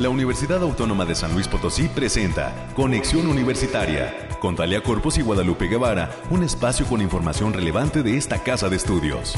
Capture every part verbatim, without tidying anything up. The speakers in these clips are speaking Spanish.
la Universidad Autónoma de San Luis Potosí presenta Conexión Universitaria con Talia Corpus y Guadalupe Guevara, un espacio con información relevante de esta casa de estudios.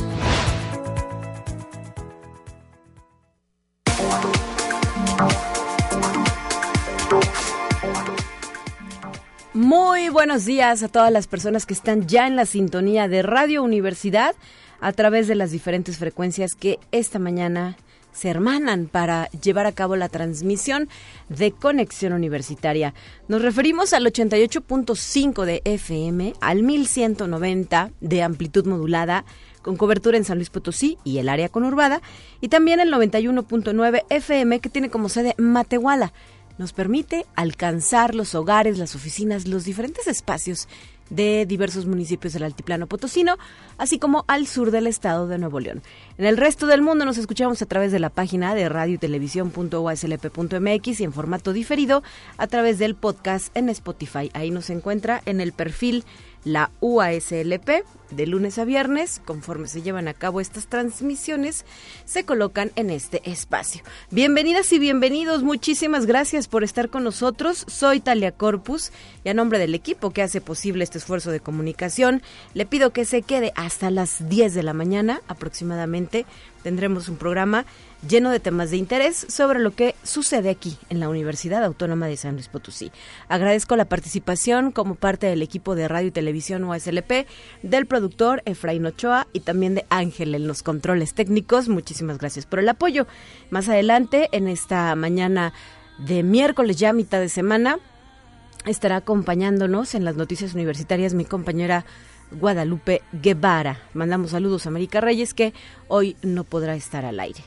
Muy buenos días a todas las personas que están ya en la sintonía de Radio Universidad a través de las diferentes frecuencias que esta mañana se hermanan para llevar a cabo la transmisión de Conexión Universitaria. Nos referimos al ochenta y ocho punto cinco de F M, al mil ciento noventa de amplitud modulada, con cobertura en San Luis Potosí y el área conurbada, y también el noventa y uno punto nueve F M, que tiene como sede Matehuala. Nos permite alcanzar los hogares, las oficinas, los diferentes espacios de diversos municipios del altiplano potosino, así como al sur del estado de Nuevo León. En el resto del mundo nos escuchamos a través de la página de radio y televisión punto u a s l p punto m x y en formato diferido a través del podcast en Spotify. Ahí nos encuentra en el perfil la U A S L P, de lunes a viernes. Conforme se llevan a cabo estas transmisiones, se colocan en este espacio. Bienvenidas y bienvenidos, muchísimas gracias por estar con nosotros. Soy Talia Corpus y a nombre del equipo que hace posible este esfuerzo de comunicación, le pido que se quede hasta las diez de la mañana aproximadamente. Tendremos un programa lleno de temas de interés sobre lo que sucede aquí en la Universidad Autónoma de San Luis Potosí. Agradezco la participación como parte del equipo de Radio y Televisión U A S L P, del productor Efraín Ochoa y también de Ángel en los controles técnicos. Muchísimas gracias por el apoyo. Más adelante, en esta mañana de miércoles, ya mitad de semana, estará acompañándonos en las noticias universitarias mi compañera Guadalupe Guevara. Mandamos saludos a América Reyes, que hoy no podrá estar al aire.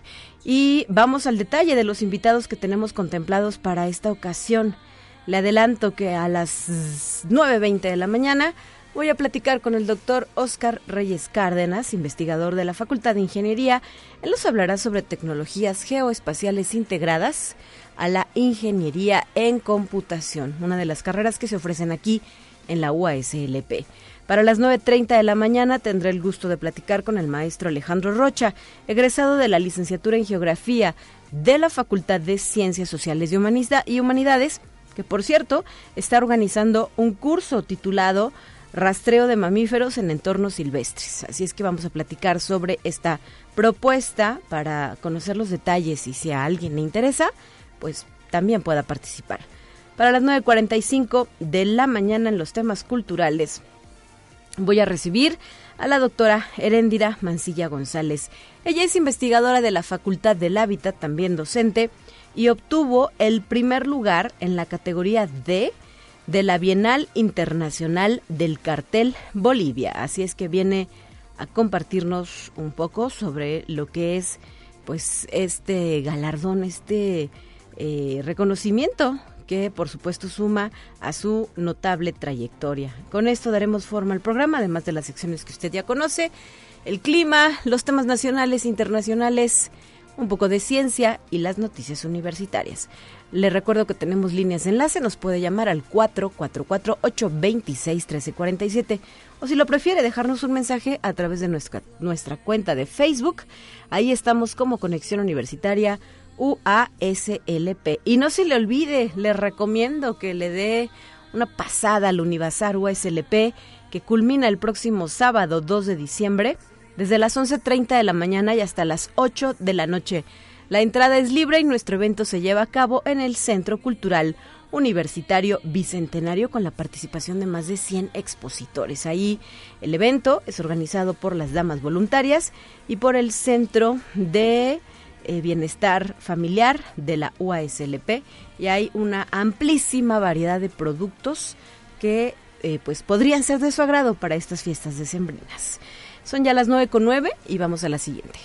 Y vamos al detalle de los invitados que tenemos contemplados para esta ocasión. Le adelanto que a las nueve veinte de la mañana voy a platicar con el doctor Óscar Reyes Cárdenas, investigador de la Facultad de Ingeniería. Él nos hablará sobre tecnologías geoespaciales integradas a la ingeniería en computación, una de las carreras que se ofrecen aquí en la U A S L P. Para las nueve treinta de la mañana tendré el gusto de platicar con el maestro Alejandro Rocha, egresado de la licenciatura en Geografía de la Facultad de Ciencias Sociales y Humanidades, que por cierto está organizando un curso titulado Rastreo de mamíferos en entornos silvestres. Así es que vamos a platicar sobre esta propuesta para conocer los detalles y si a alguien le interesa, pues también pueda participar. Para las nueve cuarenta y cinco de la mañana en los temas culturales voy a recibir a la doctora Heréndira Mancilla González. Ella es investigadora de la Facultad del Hábitat, también docente, y obtuvo el primer lugar en la categoría D de la Bienal Internacional del Cartel Bolivia. Así es que viene a compartirnos un poco sobre lo que es pues este galardón, este eh, reconocimiento que por supuesto suma a su notable trayectoria. Con esto daremos forma al programa, además de las secciones que usted ya conoce, el clima, los temas nacionales e internacionales, un poco de ciencia y las noticias universitarias. Le recuerdo que tenemos líneas de enlace, nos puede llamar al cuatro cuatro cuatro, ocho dos seis, uno tres cuatro siete o si lo prefiere dejarnos un mensaje a través de nuestra, nuestra cuenta de Facebook. Ahí estamos como Conexión Universitaria U A S L P. Y no se le olvide, le recomiendo que le dé una pasada al Univazar U A S L P, que culmina el próximo sábado dos de diciembre, desde las once treinta de la mañana y hasta las ocho de la noche. La entrada es libre y nuestro evento se lleva a cabo en el Centro Cultural Universitario Bicentenario con la participación de más de cien expositores. Ahí el evento es organizado por las Damas Voluntarias y por el Centro de Eh, Bienestar Familiar de la U A S L P, y hay una amplísima variedad de productos que eh, pues podrían ser de su agrado para estas fiestas decembrinas. Son ya las nueve con nueve y vamos a la siguiente.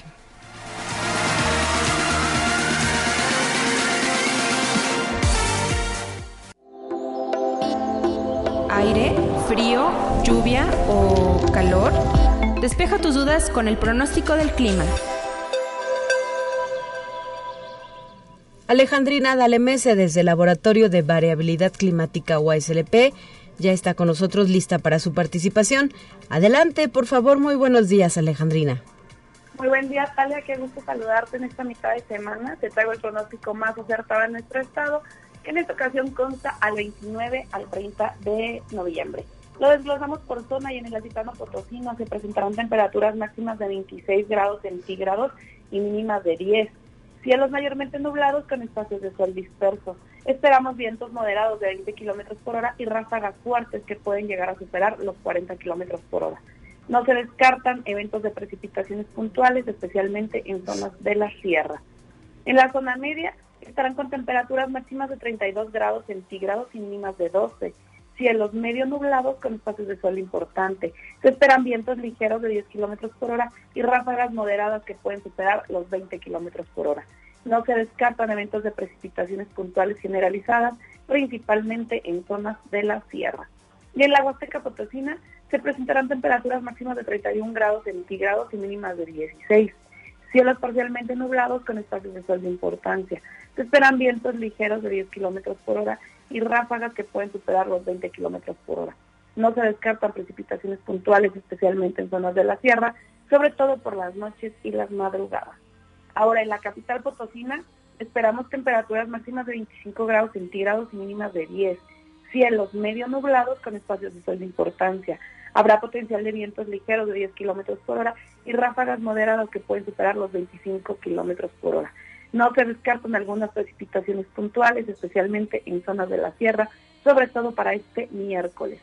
Aire, frío, lluvia o calor. Despeja tus dudas con el pronóstico del clima. Alejandrina Dalemese, desde el Laboratorio de Variabilidad Climática U A S L P, ya está con nosotros lista para su participación. Adelante, por favor, muy buenos días, Alejandrina. Muy buen día, Talia, qué gusto saludarte en esta mitad de semana. Te traigo el pronóstico más acertado en nuestro estado, que en esta ocasión consta al veintinueve al treinta de noviembre. Lo desglosamos por zona y en el Altiplano Potosino se presentarán temperaturas máximas de veintiséis grados centígrados y mínimas de diez. Cielos mayormente nublados con espacios de sol dispersos. Esperamos vientos moderados de veinte kilómetros por hora y ráfagas fuertes que pueden llegar a superar los cuarenta kilómetros por hora. No se descartan eventos de precipitaciones puntuales, especialmente en zonas de la sierra. En la zona media estarán con temperaturas máximas de treinta y dos grados centígrados y mínimas de doce. Cielos medio nublados con espacios de sol importante. Se esperan vientos ligeros de diez kilómetros por hora y ráfagas moderadas que pueden superar los veinte kilómetros por hora. No se descartan eventos de precipitaciones puntuales generalizadas, principalmente en zonas de la sierra. Y en la Huasteca Potosina se presentarán temperaturas máximas de treinta y un grados centígrados y mínimas de dieciséis. Cielos parcialmente nublados con espacios de sol de importancia. Se esperan vientos ligeros de diez kilómetros por hora y ráfagas que pueden superar los veinte kilómetros por hora. No se descartan precipitaciones puntuales, especialmente en zonas de la sierra, sobre todo por las noches y las madrugadas. Ahora, en la capital potosina esperamos temperaturas máximas de veinticinco grados centígrados y mínimas de diez. Cielos medio nublados con espacios de sol de importancia. Habrá potencial de vientos ligeros de diez kilómetros por hora y ráfagas moderadas que pueden superar los veinticinco kilómetros por hora. No se descartan algunas precipitaciones puntuales, especialmente en zonas de la sierra, sobre todo para este miércoles.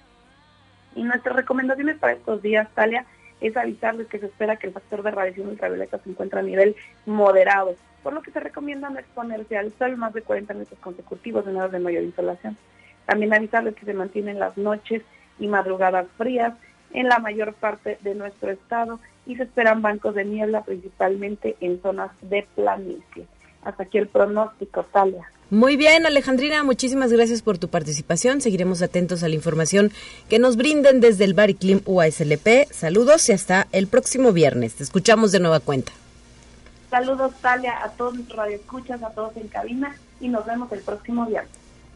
Y nuestras recomendaciones para estos días, Talia, es avisarles que se espera que el factor de radiación ultravioleta se encuentre a nivel moderado, por lo que se recomienda no exponerse al sol más de cuarenta minutos consecutivos en horas de mayor insolación. También avisarles que se mantienen las noches y madrugadas frías en la mayor parte de nuestro estado y se esperan bancos de niebla principalmente en zonas de planicie. Hasta aquí el pronóstico, Talia. Muy bien, Alejandrina, muchísimas gracias por tu participación. Seguiremos atentos a la información que nos brinden desde el Bariclim U A S L P. Saludos y hasta el próximo viernes. Te escuchamos de nueva cuenta. Saludos, Talia, a todos nuestros radioescuchas, a todos en cabina y nos vemos el próximo viernes.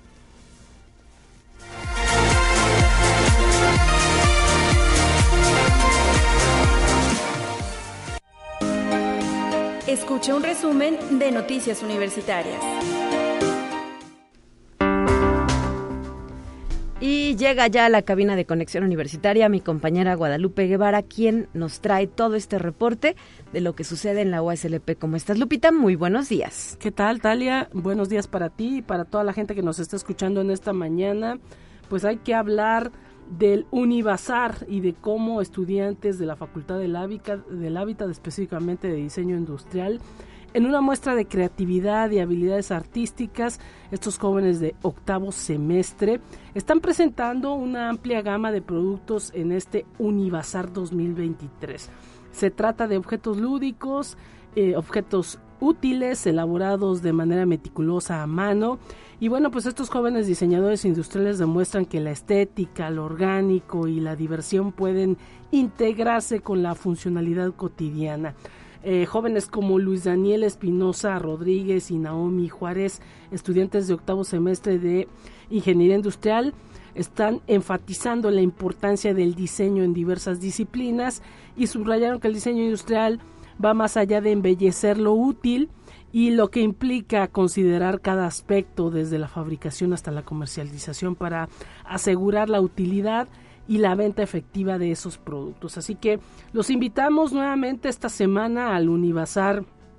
Escucha un resumen de Noticias Universitarias. Y llega ya a la cabina de Conexión Universitaria mi compañera Guadalupe Guevara, quien nos trae todo este reporte de lo que sucede en la U A S L P. ¿Cómo estás, Lupita? Muy buenos días. ¿Qué tal, Talia? Buenos días para ti y para toda la gente que nos está escuchando en esta mañana. Pues hay que hablar del Univazar y de cómo estudiantes de la Facultad del Hábitat, del Hábitat, específicamente de Diseño Industrial, en una muestra de creatividad y habilidades artísticas, estos jóvenes de octavo semestre están presentando una amplia gama de productos en este Univazar dos mil veintitrés. Se trata de objetos lúdicos, eh, objetos útiles, elaborados de manera meticulosa a mano. Y bueno, pues estos jóvenes diseñadores industriales demuestran que la estética, lo orgánico y la diversión pueden integrarse con la funcionalidad cotidiana. Eh, jóvenes como Luis Daniel Espinosa Rodríguez y Naomi Juárez, estudiantes de octavo semestre de Ingeniería Industrial, están enfatizando la importancia del diseño en diversas disciplinas y subrayaron que el diseño industrial va más allá de embellecer lo útil y lo que implica considerar cada aspecto desde la fabricación hasta la comercialización para asegurar la utilidad y la venta efectiva de esos productos. Así que los invitamos nuevamente esta semana al Univazar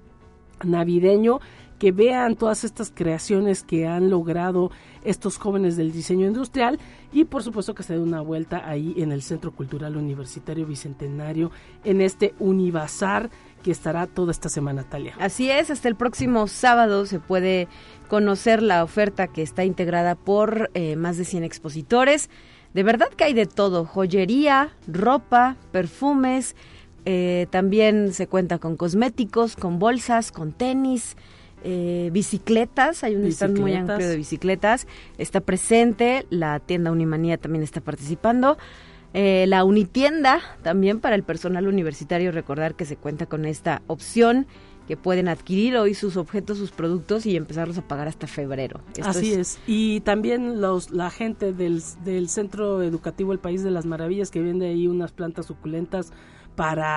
navideño, que vean todas estas creaciones que han logrado estos jóvenes del diseño industrial y por supuesto que se dé una vuelta ahí en el Centro Cultural Universitario Bicentenario en este Univazar que estará toda esta semana, Talia. Así es, hasta el próximo sábado se puede conocer la oferta que está integrada por eh, más de cien expositores. De verdad que hay de todo, joyería, ropa, perfumes, eh, también se cuenta con cosméticos, con bolsas, con tenis, eh, bicicletas, hay un stand muy amplio de bicicletas, está presente, la tienda Unimanía también está participando, eh, la Unitienda también para el personal universitario, recordar que se cuenta con esta opción, que pueden adquirir hoy sus objetos, sus productos y empezarlos a pagar hasta febrero. Esto Así es. es. Y también los la gente del, del Centro Educativo El País de las Maravillas, que vende ahí unas plantas suculentas para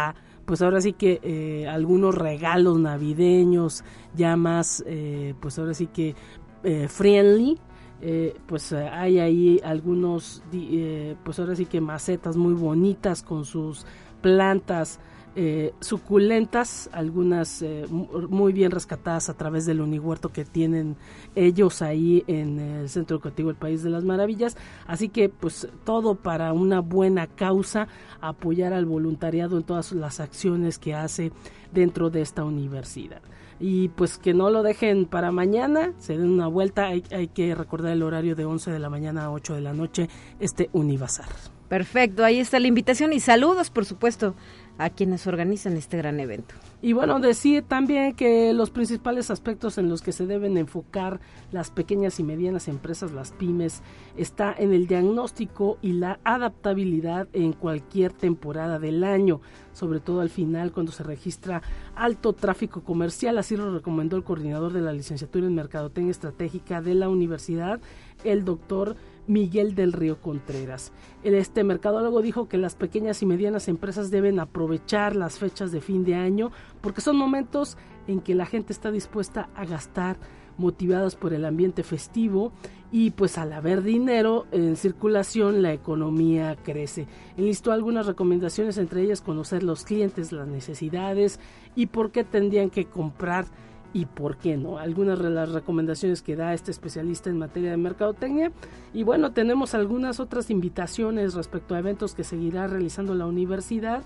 pues ahora sí que eh, algunos regalos navideños ya más, eh, pues ahora sí que eh, friendly. Eh, pues eh, hay ahí algunos, eh, pues ahora sí que macetas muy bonitas con sus plantas eh, suculentas, algunas eh, muy bien rescatadas a través del unihuerto que tienen ellos ahí en el Centro Educativo del País de las Maravillas. Así que pues todo para una buena causa, apoyar al voluntariado en todas las acciones que hace dentro de esta universidad. Y pues que no lo dejen para mañana, se den una vuelta, hay, hay que recordar el horario de once de la mañana a ocho de la noche, este Univazar. Perfecto, ahí está la invitación y saludos, por supuesto, a quienes organizan este gran evento. Y bueno, decir también que los principales aspectos en los que se deben enfocar las pequeñas y medianas empresas, las pymes, está en el diagnóstico y la adaptabilidad en cualquier temporada del año, sobre todo al final cuando se registra alto tráfico comercial. Así lo recomendó el coordinador de la licenciatura en Mercadotecnia Estratégica de la universidad, el doctor Miguel del Río Contreras. Este mercadólogo dijo que las pequeñas y medianas empresas deben aprovechar las fechas de fin de año porque son momentos en que la gente está dispuesta a gastar, motivadas por el ambiente festivo, y pues al haber dinero en circulación la economía crece. Enlistó algunas recomendaciones, entre ellas conocer los clientes, las necesidades y por qué tendrían que comprar y por qué no. Algunas de las recomendaciones que da este especialista en materia de mercadotecnia. Y bueno, tenemos algunas otras invitaciones respecto a eventos que seguirá realizando la universidad.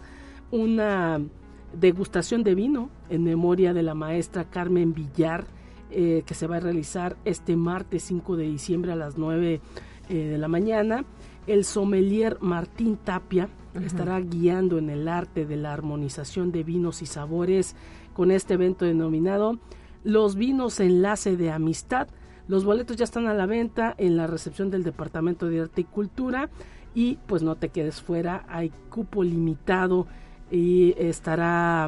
Una degustación de vino en memoria de la maestra Carmen Villar, eh, que se va a realizar este martes cinco de diciembre a las nueve eh, de la mañana. El sommelier Martín Tapia uh-huh. estará guiando en el arte de la armonización de vinos y sabores con este evento denominado Los Vinos Enlace de Amistad. Los boletos ya están a la venta en la recepción del Departamento de Arte y Cultura y pues no te quedes fuera, hay cupo limitado y estará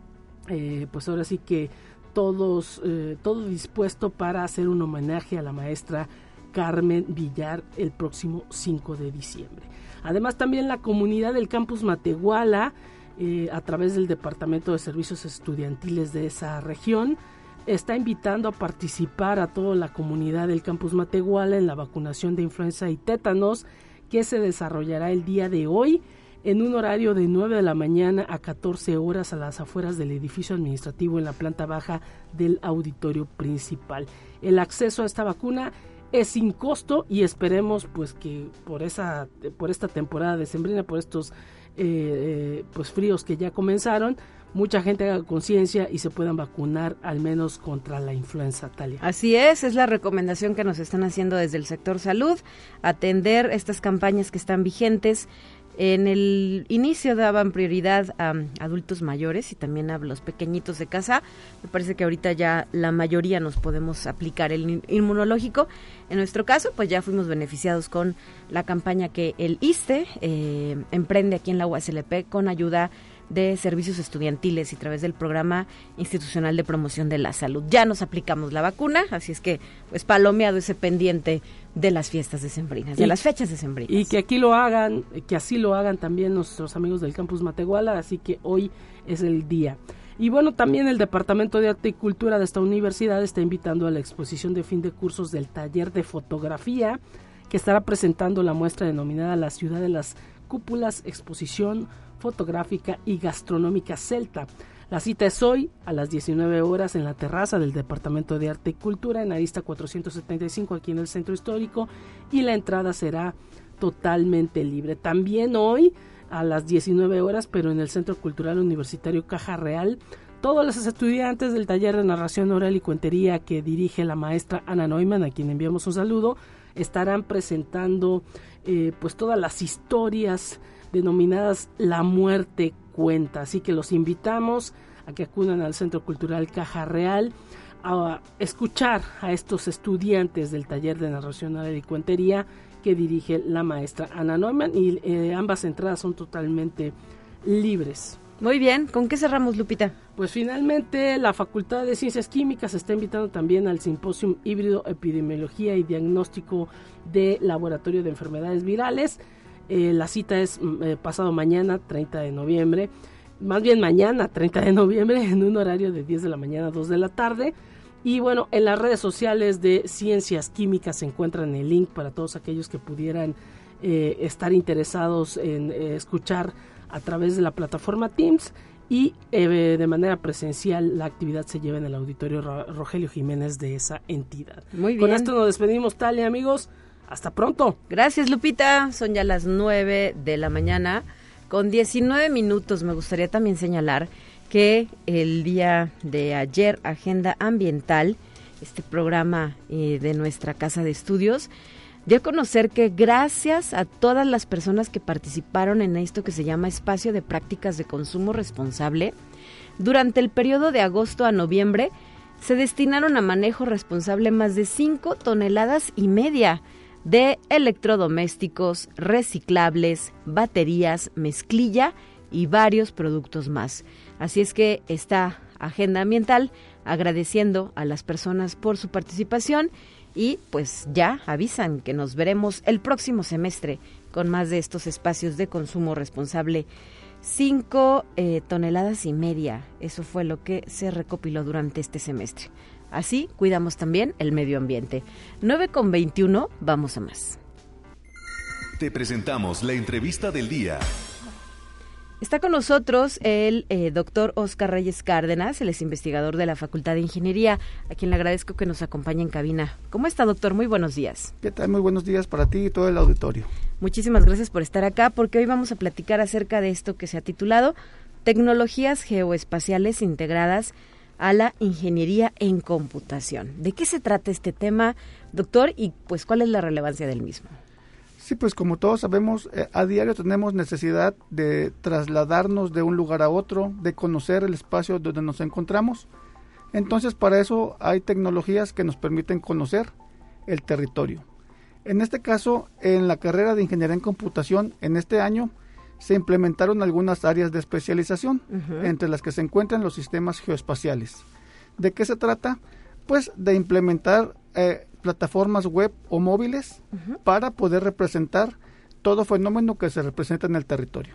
eh, pues ahora sí que todos eh, todo dispuesto para hacer un homenaje a la maestra Carmen Villar el próximo cinco de diciembre. Además también la comunidad del Campus Matehuala, Eh, a través del Departamento de Servicios Estudiantiles de esa región, está invitando a participar a toda la comunidad del Campus Matehuala en la vacunación de influenza y tétanos, que se desarrollará el día de hoy en un horario de nueve de la mañana a catorce horas a las afueras del edificio administrativo en la planta baja del auditorio principal. El acceso a esta vacuna es sin costo y esperemos pues que por esa por esta temporada decembrina, por estos eh, eh, pues fríos que ya comenzaron, mucha gente haga conciencia y se puedan vacunar al menos contra la influenza, Talia. Así es, es la recomendación que nos están haciendo desde el sector salud, atender estas campañas que están vigentes. En el inicio daban prioridad a adultos mayores y también a los pequeñitos de casa. Me parece que ahorita ya la mayoría nos podemos aplicar el inmunológico. En nuestro caso, pues ya fuimos beneficiados con la campaña que el I S S S T E eh, emprende aquí en la U A S L P con ayuda de servicios estudiantiles y a través del Programa Institucional de Promoción de la Salud. Ya nos aplicamos la vacuna, así es que pues palomeado ese pendiente de las fiestas decembrinas, de y, las fechas decembrinas. Y que aquí lo hagan, que así lo hagan también nuestros amigos del Campus Matehuala, así que hoy es el día. Y bueno, también el Departamento de Arte y Cultura de esta universidad está invitando a la exposición de fin de cursos del taller de fotografía, que estará presentando la muestra denominada La Ciudad de las Cúpulas, exposición fotográfica y gastronómica celta. La cita es hoy a las diecinueve horas en la terraza del Departamento de Arte y Cultura en Arista cuatrocientos setenta y cinco aquí en el Centro Histórico, y la entrada será totalmente libre. También hoy a las diecinueve horas, pero en el Centro Cultural Universitario Caja Real, todos los estudiantes del taller de narración oral y cuentería que dirige la maestra Ana Neumann, a quien enviamos un saludo, estarán presentando eh, pues todas las historias denominadas La Muerte Cuenta, así que los invitamos a que acudan al Centro Cultural Caja Real a escuchar a estos estudiantes del taller de narración oral y cuentería que dirige la maestra Ana Neumann, y eh, ambas entradas son totalmente libres. Muy bien, ¿con qué cerramos, Lupita? Pues finalmente la Facultad de Ciencias Químicas está invitando también al Simposium Híbrido Epidemiología y Diagnóstico de Laboratorio de Enfermedades Virales. Eh, la cita es eh, pasado mañana, treinta de noviembre, más bien mañana, treinta de noviembre, en un horario de diez de la mañana a dos de la tarde. Y bueno, en las redes sociales de Ciencias Químicas se encuentran el link para todos aquellos que pudieran eh, estar interesados en eh, escuchar a través de la plataforma Teams. Y eh, de manera presencial la actividad se lleva en el auditorio Rogelio Jiménez de esa entidad. Muy bien. Con esto nos despedimos, Talia, amigos. Hasta pronto. Gracias, Lupita. Son ya las nueve de la mañana con diecinueve minutos. Me gustaría también señalar que el día de ayer, Agenda Ambiental, este programa eh, de nuestra casa de estudios, dio a conocer que gracias a todas las personas que participaron en esto que se llama Espacio de Prácticas de Consumo Responsable, durante el periodo de agosto a noviembre se destinaron a manejo responsable más de cinco toneladas y media de electrodomésticos, reciclables, baterías, mezclilla y varios productos más. Así es que esta Agenda Ambiental agradeciendo a las personas por su participación. Y pues ya avisan que nos veremos el próximo semestre con más de estos espacios de consumo responsable. Cinco eh, toneladas y media, eso fue lo que se recopiló durante este semestre. Así cuidamos también el medio ambiente. nueve con veintiuno, vamos a más. Te presentamos la entrevista del día. Está con nosotros el eh, doctor Oscar Reyes Cárdenas, él es investigador de la Facultad de Ingeniería, a quien le agradezco que nos acompañe en cabina. ¿Cómo está, doctor? Muy buenos días. ¿Qué tal? Muy buenos días para ti y todo el auditorio. Muchísimas gracias por estar acá, porque hoy vamos a platicar acerca de esto que se ha titulado Tecnologías Geoespaciales Integradas a la Ingeniería en Computación. ¿De qué se trata este tema, doctor, y pues cuál es la relevancia del mismo? Sí, pues como todos sabemos, eh, a diario tenemos necesidad de trasladarnos de un lugar a otro, de conocer el espacio donde nos encontramos. Entonces, para eso hay tecnologías que nos permiten conocer el territorio. En este caso, en la carrera de Ingeniería en Computación, en este año, se implementaron algunas áreas de especialización, uh-huh. entre las que se encuentran los sistemas geoespaciales. ¿De qué se trata? Pues de implementar eh, plataformas web o móviles uh-huh. para poder representar todo fenómeno que se representa en el territorio.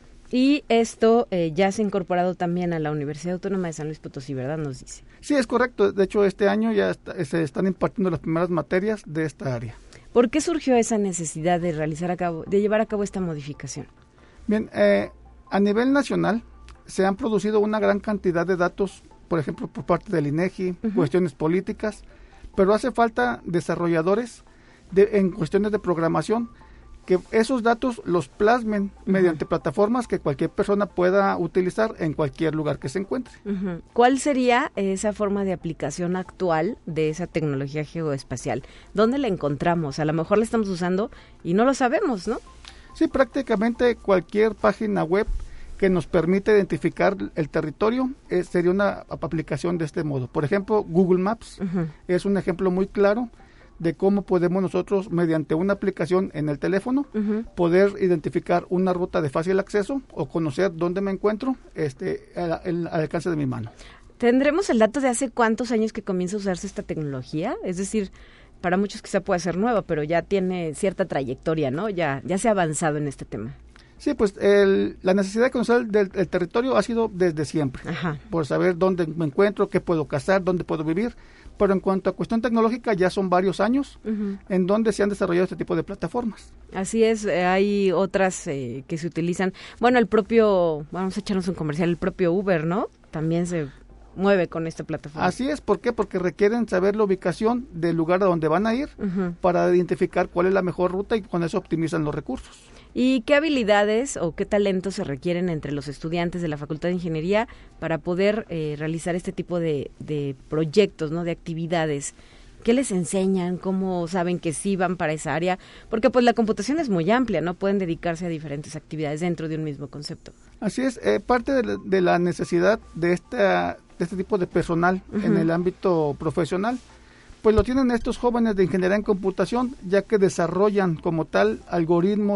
Y esto eh, ya se ha incorporado también a la Universidad Autónoma de San Luis Potosí, ¿verdad? Nos dice. Sí, es correcto. De hecho, este año ya está, se están impartiendo las primeras materias de esta área. ¿Por qué surgió esa necesidad de realizar a cabo, de llevar a cabo esta modificación? Bien, eh, a nivel nacional se han producido una gran cantidad de datos, por ejemplo, por parte del INEGI, uh-huh. cuestiones políticas, pero hace falta desarrolladores de, en cuestiones de programación que esos datos los plasmen uh-huh. mediante plataformas que cualquier persona pueda utilizar en cualquier lugar que se encuentre. Uh-huh. ¿Cuál sería esa forma de aplicación actual de esa tecnología geoespacial? ¿Dónde la encontramos? A lo mejor la estamos usando y no lo sabemos, ¿no? Sí, prácticamente cualquier página web que nos permite identificar el territorio eh, sería una aplicación de este modo. Por ejemplo, Google Maps uh-huh. es un ejemplo muy claro de cómo podemos nosotros, mediante una aplicación en el teléfono, uh-huh. poder identificar una ruta de fácil acceso o conocer dónde me encuentro este, al, al alcance de mi mano. ¿Tendremos el dato de hace cuántos años que comienza a usarse esta tecnología? Es decir, para muchos quizá puede ser nueva, pero ya tiene cierta trayectoria, ¿no? Ya, ya se ha avanzado en este tema. Sí, pues el, la necesidad de conocer del, del territorio ha sido desde siempre, Ajá. por saber dónde me encuentro, qué puedo cazar, dónde puedo vivir, pero en cuanto a cuestión tecnológica ya son varios años uh-huh. en donde se han desarrollado este tipo de plataformas. Así es, eh, hay otras eh, que se utilizan, bueno, el propio, vamos a echarnos un comercial, el propio Uber, ¿no? También se mueve con esta plataforma. Así es, ¿por qué? Porque requieren saber la ubicación del lugar a donde van a ir uh-huh. para identificar cuál es la mejor ruta y con eso optimizan los recursos. ¿Y qué habilidades o qué talentos se requieren entre los estudiantes de la Facultad de Ingeniería para poder eh, realizar este tipo de, de proyectos, ¿no? De actividades? ¿Qué les enseñan? ¿Cómo saben que sí van para esa área? Porque pues la computación es muy amplia, ¿no? Pueden dedicarse a diferentes actividades dentro de un mismo concepto. Así es, eh, parte de la, de la necesidad de, esta, de este tipo de personal uh-huh. en el ámbito profesional, pues lo tienen estos jóvenes de ingeniería en computación, ya que desarrollan como tal algoritmos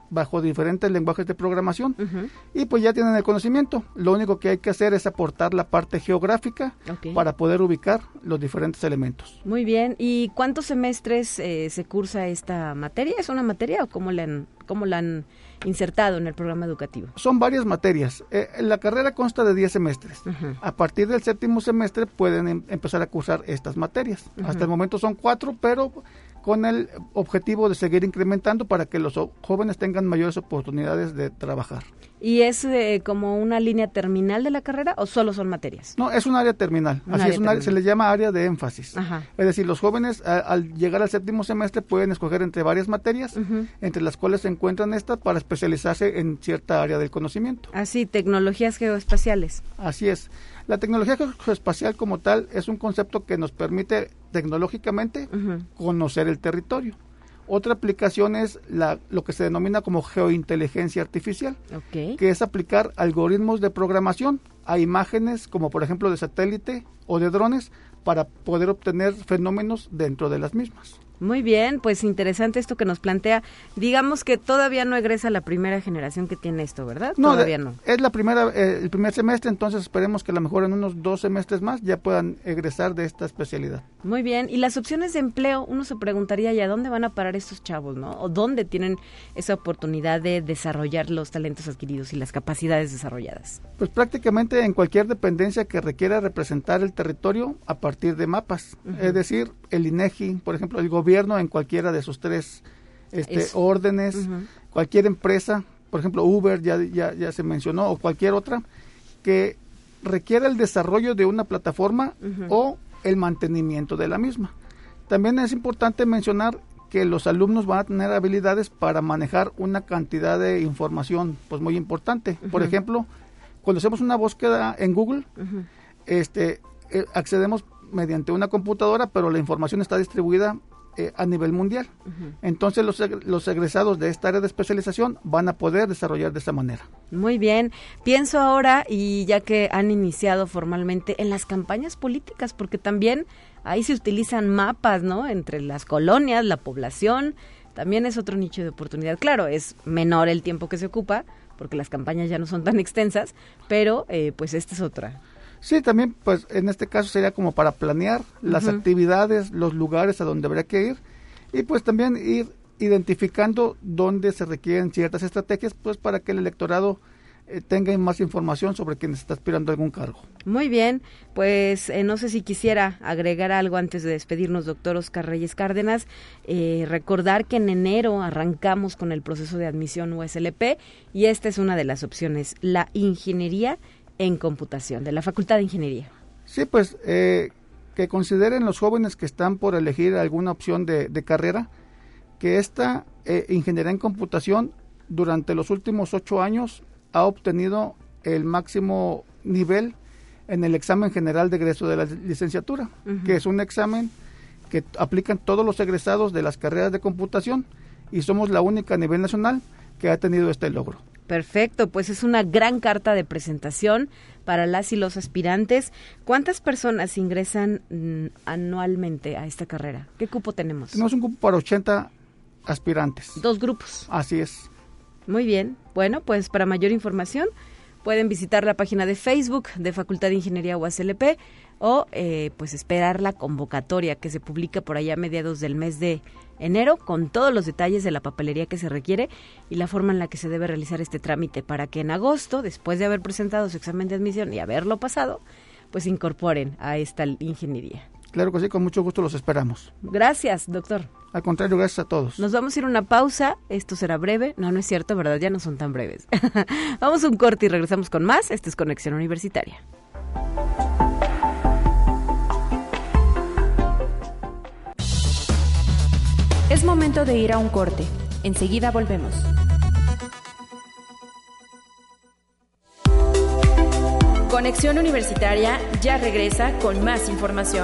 bajo diferentes lenguajes de programación, Ujú. y pues ya tienen el conocimiento. Lo único que hay que hacer es aportar la parte geográfica Ok. para poder ubicar los diferentes elementos. Muy bien. ¿Y cuántos semestres eh, se cursa esta materia? ¿Es una materia o cómo la han, cómo la han insertado en el programa educativo? Son varias materias. Eh, la carrera consta de diez semestres. Ujú. A partir del séptimo semestre pueden em- empezar a cursar estas materias. Ujú. Hasta el momento son cuatro, pero con el objetivo de seguir incrementando para que los o- jóvenes tengan mayores oportunidades de trabajar. ¿Y es eh, como una línea terminal de la carrera o solo son materias? No, es un área terminal. Un Así área es un área- terminal. se le llama área de énfasis. Ajá. Es decir, los jóvenes a- al llegar al séptimo semestre pueden escoger entre varias materias, Ujú. entre las cuales se encuentran estas para especializarse en cierta área del conocimiento. Así, tecnologías geoespaciales. Así es. La tecnología geoespacial como tal es un concepto que nos permite tecnológicamente Ujú. conocer el territorio. Otra aplicación es la, lo que se denomina como geointeligencia artificial, Ok. que es aplicar algoritmos de programación a imágenes como por ejemplo de satélite o de drones para poder obtener fenómenos dentro de las mismas. Muy bien, pues interesante esto que nos plantea. Digamos que todavía no egresa la primera generación que tiene esto, ¿verdad? No, todavía de- no. Es la primera, eh, el primer semestre, entonces esperemos que a lo mejor en unos dos semestres más ya puedan egresar de esta especialidad. Muy bien, y las opciones de empleo, uno se preguntaría ya dónde van a parar estos chavos, ¿no? O dónde tienen esa oportunidad de desarrollar los talentos adquiridos y las capacidades desarrolladas. Pues prácticamente en cualquier dependencia que requiera representar el territorio a partir de mapas, Ujú. es decir, el INEGI, por ejemplo, el gobierno en cualquiera de sus tres este, Eso. órdenes, Ujú. cualquier empresa, por ejemplo Uber ya, ya, ya se mencionó, o cualquier otra, que requiera el desarrollo de una plataforma Ujú. o el mantenimiento de la misma. También es importante mencionar que los alumnos van a tener habilidades para manejar una cantidad de información pues muy importante. Por Ujú. ejemplo, cuando hacemos una búsqueda en Google, Ujú. este eh, accedemos mediante una computadora, pero la información está distribuida eh, a nivel mundial. Ujú. Entonces los, eg- los egresados de esta área de especialización van a poder desarrollar de esa manera. Muy bien, pienso ahora, y ya que han iniciado formalmente, en las campañas políticas, porque también ahí se utilizan mapas, ¿no? Entre las colonias, la población, también es otro nicho de oportunidad. Claro, es menor el tiempo que se ocupa, porque las campañas ya no son tan extensas, pero eh, pues esta es otra. Sí, también pues en este caso sería como para planear las Ujú. actividades, los lugares a donde habría que ir y pues también ir identificando dónde se requieren ciertas estrategias pues para que el electorado eh, tenga más información sobre quien está aspirando a algún cargo. Muy bien, pues eh, no sé si quisiera agregar algo antes de despedirnos, doctor Oscar Reyes Cárdenas. Eh, recordar que en enero arrancamos con el proceso de admisión U S L P y esta es una de las opciones, la ingeniería en computación, de la Facultad de Ingeniería. Sí, pues eh, que consideren los jóvenes que están por elegir alguna opción de, de carrera, que esta eh, ingeniería en computación durante los últimos ocho años ha obtenido el máximo nivel en el examen general de egreso de la licenciatura, Ujú. que es un examen que aplican todos los egresados de las carreras de computación y somos la única a nivel nacional que ha tenido este logro. Perfecto, pues es una gran carta de presentación para las y los aspirantes. ¿Cuántas personas ingresan mm, anualmente a esta carrera? ¿Qué cupo tenemos? Tenemos un grupo para ochenta aspirantes. Dos grupos. Así es. Muy bien. Bueno, pues para mayor información pueden visitar la página de Facebook de Facultad de Ingeniería U S L P o eh, pues esperar la convocatoria que se publica por allá a mediados del mes de enero con todos los detalles de la papelería que se requiere y la forma en la que se debe realizar este trámite para que en agosto, después de haber presentado su examen de admisión y haberlo pasado, pues se incorporen a esta ingeniería. Claro que sí, con mucho gusto los esperamos. Gracias, doctor. Al contrario, gracias a todos. Nos vamos a ir a una pausa, esto será breve, no, no es cierto, ¿verdad? Ya no son tan breves. Vamos a un corte y regresamos con más, esto es Conexión Universitaria. Es momento de ir a un corte. Enseguida volvemos. Conexión Universitaria ya regresa con más información.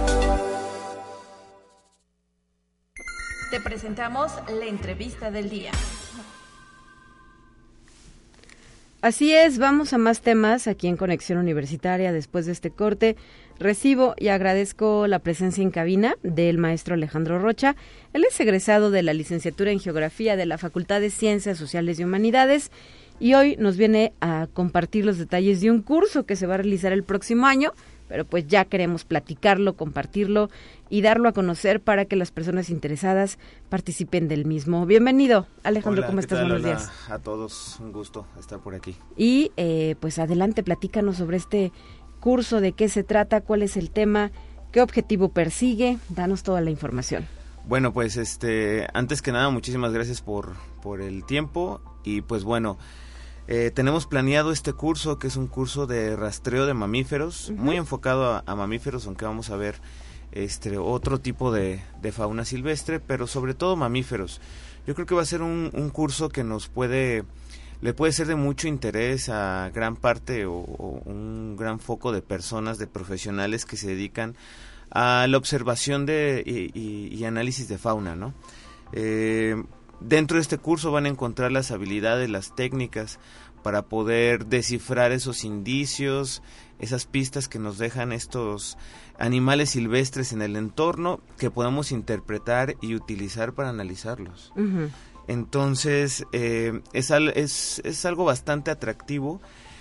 Te presentamos la entrevista del día. Así es, vamos a más temas aquí en Conexión Universitaria después de este corte. Recibo y agradezco la presencia en cabina del maestro Alejandro Rocha. Él es egresado de la licenciatura en Geografía de la Facultad de Ciencias Sociales y Humanidades y hoy nos viene a compartir los detalles de un curso que se va a realizar el próximo año, pero pues ya queremos platicarlo, compartirlo y darlo a conocer para que las personas interesadas participen del mismo. Bienvenido, Alejandro. Hola, ¿cómo estás? Tal, Buenos hola días. A todos, un gusto estar por aquí. Y eh, pues adelante, platícanos sobre este curso, de qué se trata, cuál es el tema, qué objetivo persigue, danos toda la información. Bueno, pues este, antes que nada, muchísimas gracias por, por el tiempo y pues bueno, Eh, tenemos planeado este curso, que es un curso de rastreo de mamíferos, uh-huh. muy enfocado a, a mamíferos, aunque vamos a ver este otro tipo de, de fauna silvestre, pero sobre todo mamíferos. Yo creo que va a ser un, un curso que nos puede, le puede ser de mucho interés a gran parte o, o un gran foco de personas, de profesionales que se dedican a la observación de y, y, y análisis de fauna, ¿no? Eh, Dentro de este curso van a encontrar las habilidades, las técnicas para poder descifrar esos indicios, esas pistas que nos dejan estos animales silvestres en el entorno que podamos interpretar y utilizar para analizarlos. Uh-huh. Entonces, eh, es, al, es, es algo bastante atractivo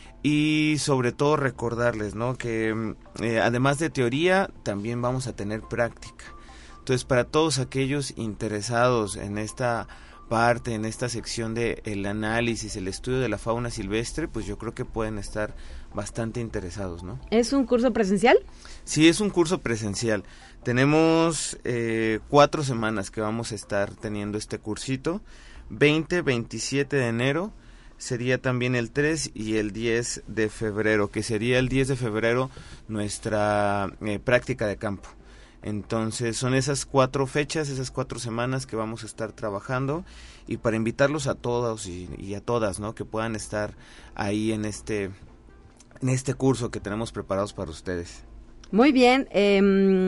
y sobre todo recordarles, ¿no?, que eh, además de teoría también vamos a tener práctica. Entonces, para todos aquellos interesados en esta parte, en esta sección de el análisis, el estudio de la fauna silvestre, pues yo creo que pueden estar bastante interesados, ¿no? ¿Es un curso presencial? Sí, es un curso presencial. Tenemos eh, cuatro semanas que vamos a estar teniendo este cursito. veinte, veintisiete de enero, sería también el tres y el diez de febrero, que sería el diez de febrero nuestra eh, práctica de campo. Entonces son esas cuatro fechas, esas cuatro semanas que vamos a estar trabajando y para invitarlos a todos y, y a todas, ¿no?, que puedan estar ahí en este en este curso que tenemos preparados para ustedes. Muy bien, eh,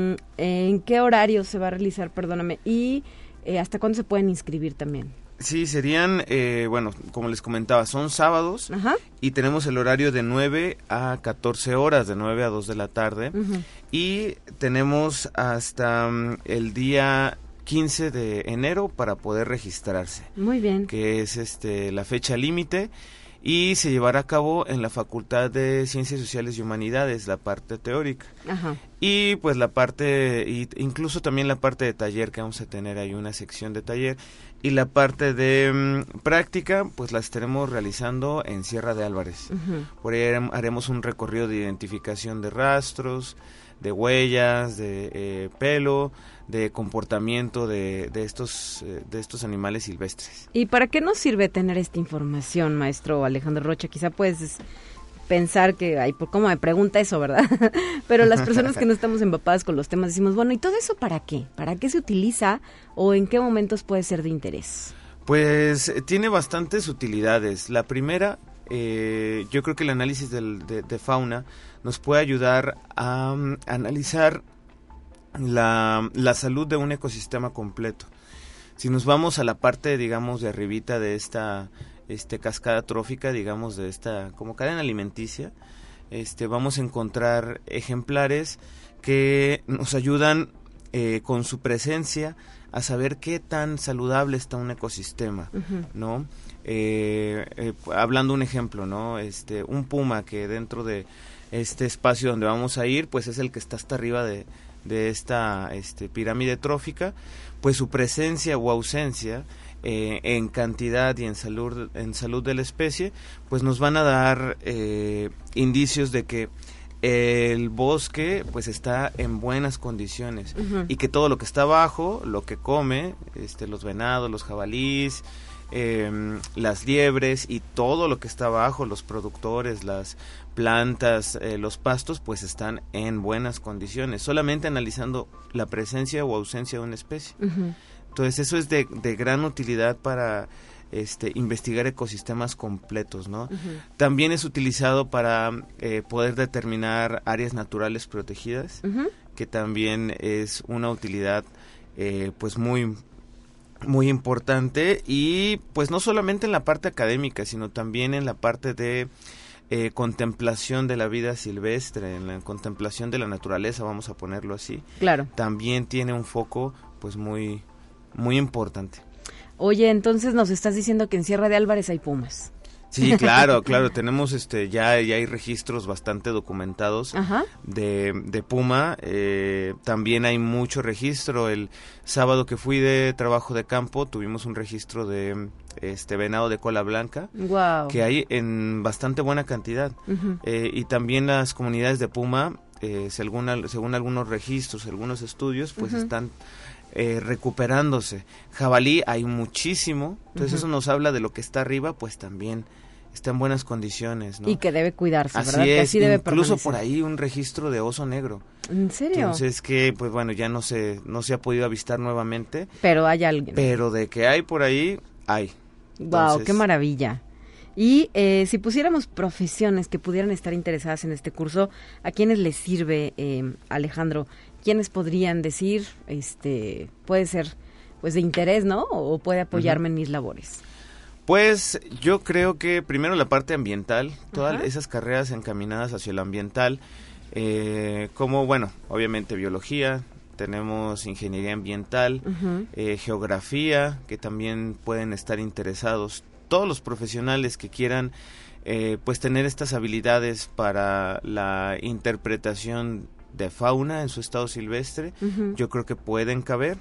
¿en qué horario se va a realizar? Perdóname, y eh, ¿hasta cuándo se pueden inscribir también? Sí, serían, eh, bueno, como les comentaba, son sábados. Ajá. Y tenemos el horario de nueve a catorce horas, de nueve a dos de la tarde. Uh-huh. Y tenemos hasta um, el día quince de enero para poder registrarse. Muy bien. Que es este la fecha límite y se llevará a cabo en la Facultad de Ciencias Sociales y Humanidades, la parte teórica. Ajá. Y pues la parte, y incluso también la parte de taller, que vamos a tener ahí una sección de taller. Y la parte de um, práctica, pues la estaremos realizando en Sierra de Álvarez. Uh-huh. Por ahí haremos un recorrido de identificación de rastros, de huellas, de eh, pelo, de comportamiento de, de estos eh, de estos animales silvestres. ¿Y para qué nos sirve tener esta información, maestro Alejandro Rocha? Quizá puedes pensar que, ay, por cómo me pregunta eso, ¿verdad? Pero las personas que no estamos empapadas con los temas decimos, bueno, ¿y todo eso para qué? ¿Para qué se utiliza o en qué momentos puede ser de interés? Pues eh, tiene bastantes utilidades. La primera, eh, yo creo que el análisis del, de, de fauna nos puede ayudar a um, analizar la, la salud de un ecosistema completo. Si nos vamos a la parte, digamos, de arribita de esta este cascada trófica, digamos, de esta como cadena alimenticia, este vamos a encontrar ejemplares que nos ayudan eh, con su presencia a saber qué tan saludable está un ecosistema, uh-huh. ¿no? Eh, eh, hablando un ejemplo, ¿no? Este, un puma que dentro de este espacio donde vamos a ir, pues es el que está hasta arriba de, de esta este, pirámide trófica, pues su presencia o ausencia Eh, en cantidad y en salud en salud de la especie, pues nos van a dar eh, indicios de que el bosque pues está en buenas condiciones, uh-huh. y que todo lo que está abajo, lo que come, este, los venados, los jabalíes, eh, las liebres y todo lo que está abajo, los productores, las plantas, eh, los pastos, pues están en buenas condiciones, solamente analizando la presencia o ausencia de una especie. Uh-huh. Entonces eso es de, de gran utilidad para este, investigar ecosistemas completos, ¿no? Uh-huh. También es utilizado para eh, poder determinar áreas naturales protegidas, uh-huh. que también es una utilidad eh, pues muy muy importante, y pues no solamente en la parte académica, sino también en la parte de eh, contemplación de la vida silvestre, en la contemplación de la naturaleza, vamos a ponerlo así. Claro. También tiene un foco pues muy, muy importante. Oye, entonces nos estás diciendo que en Sierra de Álvarez hay pumas. Sí, claro, claro, tenemos este ya, ya hay registros bastante documentados de, de puma, eh, también hay mucho registro. El sábado que fui de trabajo de campo tuvimos un registro de este venado de cola blanca, wow, que hay en bastante buena cantidad, uh-huh. eh, y también las comunidades de puma, eh, según, según algunos registros, algunos estudios, pues uh-huh. están Eh, recuperándose. Jabalí hay muchísimo, entonces uh-huh. eso nos habla de lo que está arriba, pues también está en buenas condiciones, ¿no? Y que debe cuidarse, así ¿verdad? Es, que así debe incluso permanecer. Por ahí un registro de oso negro. ¿En serio? Entonces que, pues bueno, ya no se, no se ha podido avistar nuevamente. Pero hay alguien. Pero de que hay por ahí, hay. Wow, qué maravilla. Y eh, si pusiéramos profesiones que pudieran estar interesadas en este curso, ¿a quiénes les sirve, eh, Alejandro? ¿Quiénes podrían decir, este, puede ser, pues de interés, ¿no? O puede apoyarme uh-huh. en mis labores. Pues yo creo que primero la parte ambiental, todas uh-huh. esas carreras encaminadas hacia lo ambiental, eh, como, bueno, obviamente biología, tenemos ingeniería ambiental, uh-huh. eh, geografía, que también pueden estar interesados. Todos los profesionales que quieran eh, pues tener estas habilidades para la interpretación de fauna en su estado silvestre, uh-huh. yo creo que pueden caber.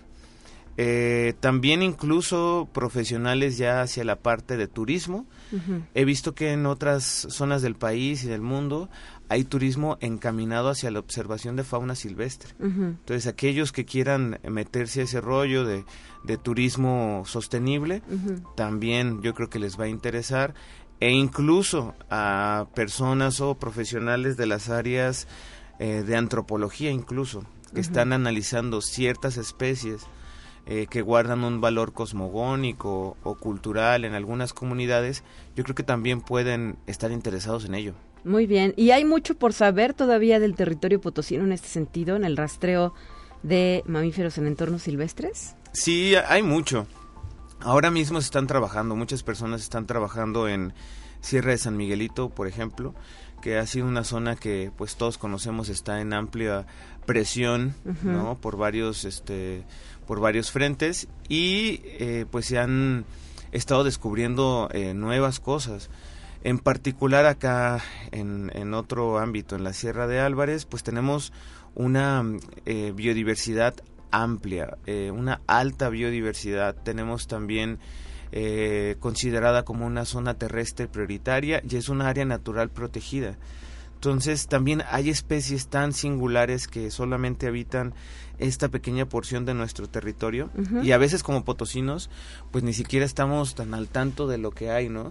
Eh, también incluso profesionales ya hacia la parte de turismo. Uh-huh. He visto que en otras zonas del país y del mundo hay turismo encaminado hacia la observación de fauna silvestre. Uh-huh. Entonces aquellos que quieran meterse a ese rollo de, de turismo sostenible, uh-huh. también yo creo que les va a interesar, e incluso a personas o profesionales de las áreas eh, de antropología incluso, que uh-huh. están analizando ciertas especies Eh, que guardan un valor cosmogónico o cultural en algunas comunidades, yo creo que también pueden estar interesados en ello. Muy bien, y hay mucho por saber todavía del territorio potosino en este sentido, en el rastreo de mamíferos en entornos silvestres. Sí, hay mucho. Ahora mismo se están trabajando, muchas personas están trabajando en Sierra de San Miguelito, por ejemplo, que ha sido una zona que pues todos conocemos, está en amplia presión, uh-huh. ¿no? Por varios este por varios frentes, y eh, pues se han estado descubriendo eh, nuevas cosas. En particular acá en, en otro ámbito, en la Sierra de Álvarez, pues tenemos una eh, biodiversidad amplia, eh, una alta biodiversidad. Tenemos también eh, considerada como una zona terrestre prioritaria y es una área natural protegida. Entonces también hay especies tan singulares que solamente habitan esta pequeña porción de nuestro territorio, uh-huh. y a veces como potosinos pues ni siquiera estamos tan al tanto de lo que hay, ¿no?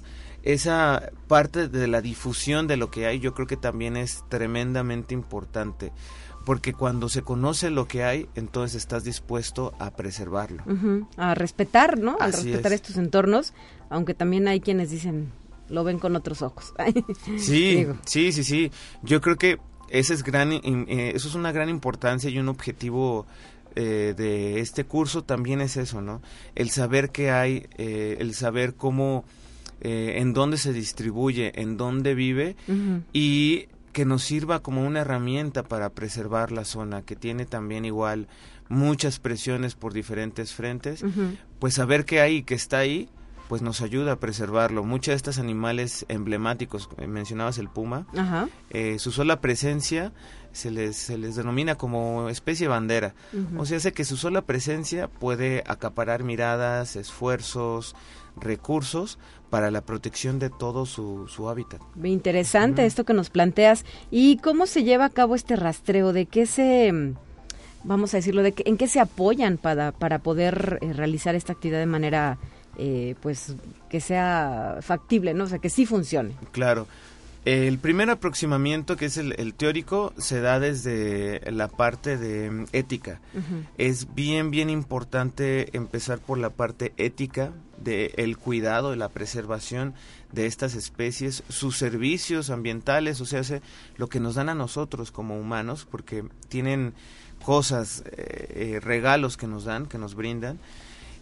Esa parte de la difusión de lo que hay yo creo que también es tremendamente importante, porque cuando se conoce lo que hay, entonces estás dispuesto a preservarlo. Uh-huh. A respetar, ¿no? A respetar es. estos entornos, aunque también hay quienes dicen lo ven con otros ojos. Sí, Digo. sí, sí, sí. Yo creo que ese es gran, eh, eso es una gran importancia y un objetivo eh, de este curso también es eso, ¿no? El saber qué hay, eh, el saber cómo, eh, en dónde se distribuye, en dónde vive, uh-huh. y que nos sirva como una herramienta para preservar la zona, que tiene también igual muchas presiones por diferentes frentes, uh-huh. pues saber qué hay y que está ahí, pues nos ayuda a preservarlo. Muchos de estos animales emblemáticos, eh, mencionabas el puma, uh-huh. eh, su sola presencia se les se les denomina como especie bandera. Uh-huh. O sea, hace que su sola presencia puede acaparar miradas, esfuerzos, recursos para la protección de todo su, su hábitat. Interesante uh-huh. esto que nos planteas. ¿Y cómo se lleva a cabo este rastreo? ¿De qué se, vamos a decirlo, de qué, en qué se apoyan para, para poder eh, realizar esta actividad de manera Eh, pues que sea factible, ¿no? O sea, que sí funcione. Claro. El primer aproximamiento, que es el, el teórico, se da desde la parte de um, ética. Uh-huh. Es bien, bien importante empezar por la parte ética de el cuidado, de la preservación de estas especies, sus servicios ambientales, o sea, lo que nos dan a nosotros como humanos, porque tienen cosas, eh, eh, regalos que nos dan, que nos brindan.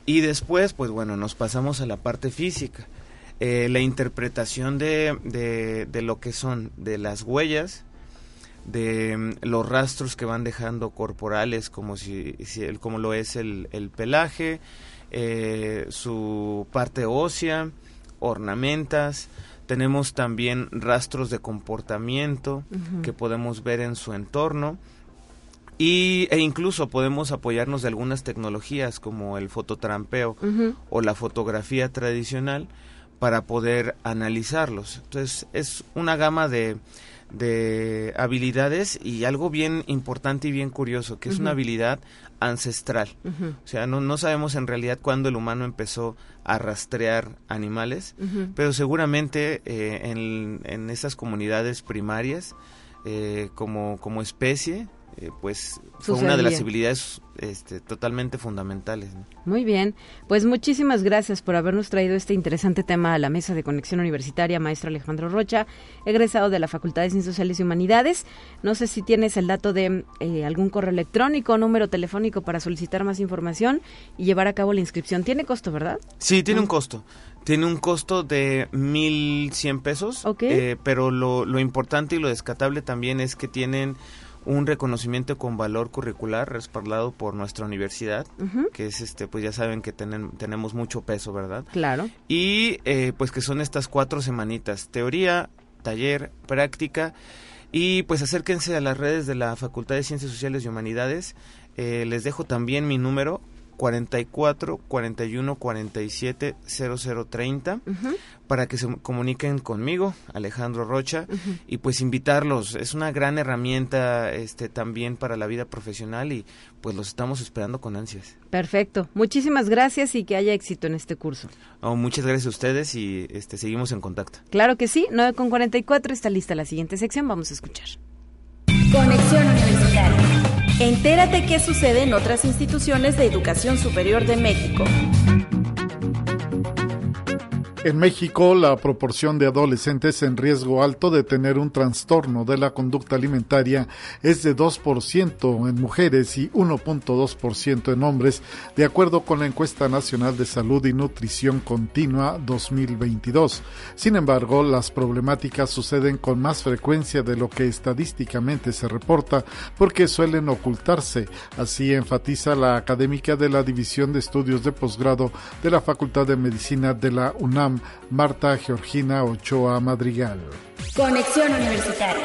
Y después, pues bueno, nos pasamos a la parte física. Eh, la interpretación de, de, de lo que son, de las huellas, de um, los rastros que van dejando corporales, como si, si el, como lo es el, el pelaje, eh, su parte ósea, ornamentas. Tenemos también rastros de comportamiento uh-huh. que podemos ver en su entorno. Y, e incluso podemos apoyarnos de algunas tecnologías como el fototrampeo uh-huh. o la fotografía tradicional para poder analizarlos. Entonces es una gama de, de habilidades y algo bien importante y bien curioso, que es uh-huh. una habilidad ancestral. Uh-huh. O sea, no, no sabemos en realidad cuándo el humano empezó a rastrear animales, uh-huh. pero seguramente eh, en, en esas comunidades primarias eh, como, como especie, Eh, pues fue Sucedía. una de las habilidades este, totalmente fundamentales, ¿no? Muy bien, pues muchísimas gracias por habernos traído este interesante tema a la mesa de Conexión Universitaria, maestro Alejandro Rocha, egresado de la Facultad de Ciencias Sociales y Humanidades. No sé si tienes el dato de eh, algún correo electrónico, número telefónico para solicitar más información y llevar a cabo la inscripción. Tiene costo, ¿verdad? Sí, tiene un costo. Tiene un costo de mil cien pesos, okay. eh, pero lo, lo importante y lo descatable también es que tienen un reconocimiento con valor curricular respaldado por nuestra universidad, uh-huh. que es este, pues ya saben que tenen, tenemos mucho peso, ¿verdad? Claro. Y eh, pues que son estas cuatro semanitas, teoría, taller, práctica, y pues acérquense a las redes de la Facultad de Ciencias Sociales y Humanidades. Eh, les dejo también mi número, cuarenta y cuatro, cuarenta y uno, cuarenta y siete, cero cero treinta, uh-huh. para que se comuniquen conmigo, Alejandro Rocha, uh-huh. y pues invitarlos. Es una gran herramienta este también para la vida profesional y pues los estamos esperando con ansias. Perfecto. Muchísimas gracias y que haya éxito en este curso. Oh, muchas gracias a ustedes y este seguimos en contacto. Claro que sí. nueve con cuarenta y cuatro está lista la siguiente sección. Vamos a escuchar. Conexión Universitaria. Entérate qué sucede en otras instituciones de educación superior de México. En México, la proporción de adolescentes en riesgo alto de tener un trastorno de la conducta alimentaria es de dos por ciento en mujeres y uno punto dos por ciento en hombres, de acuerdo con la Encuesta Nacional de Salud y Nutrición Continua dos mil veintidós. Sin embargo, las problemáticas suceden con más frecuencia de lo que estadísticamente se reporta, porque suelen ocultarse. Así enfatiza la académica de la División de Estudios de Posgrado de la Facultad de Medicina de la UNAM, Marta Georgina Ochoa Madrigal. Conexión Universitaria.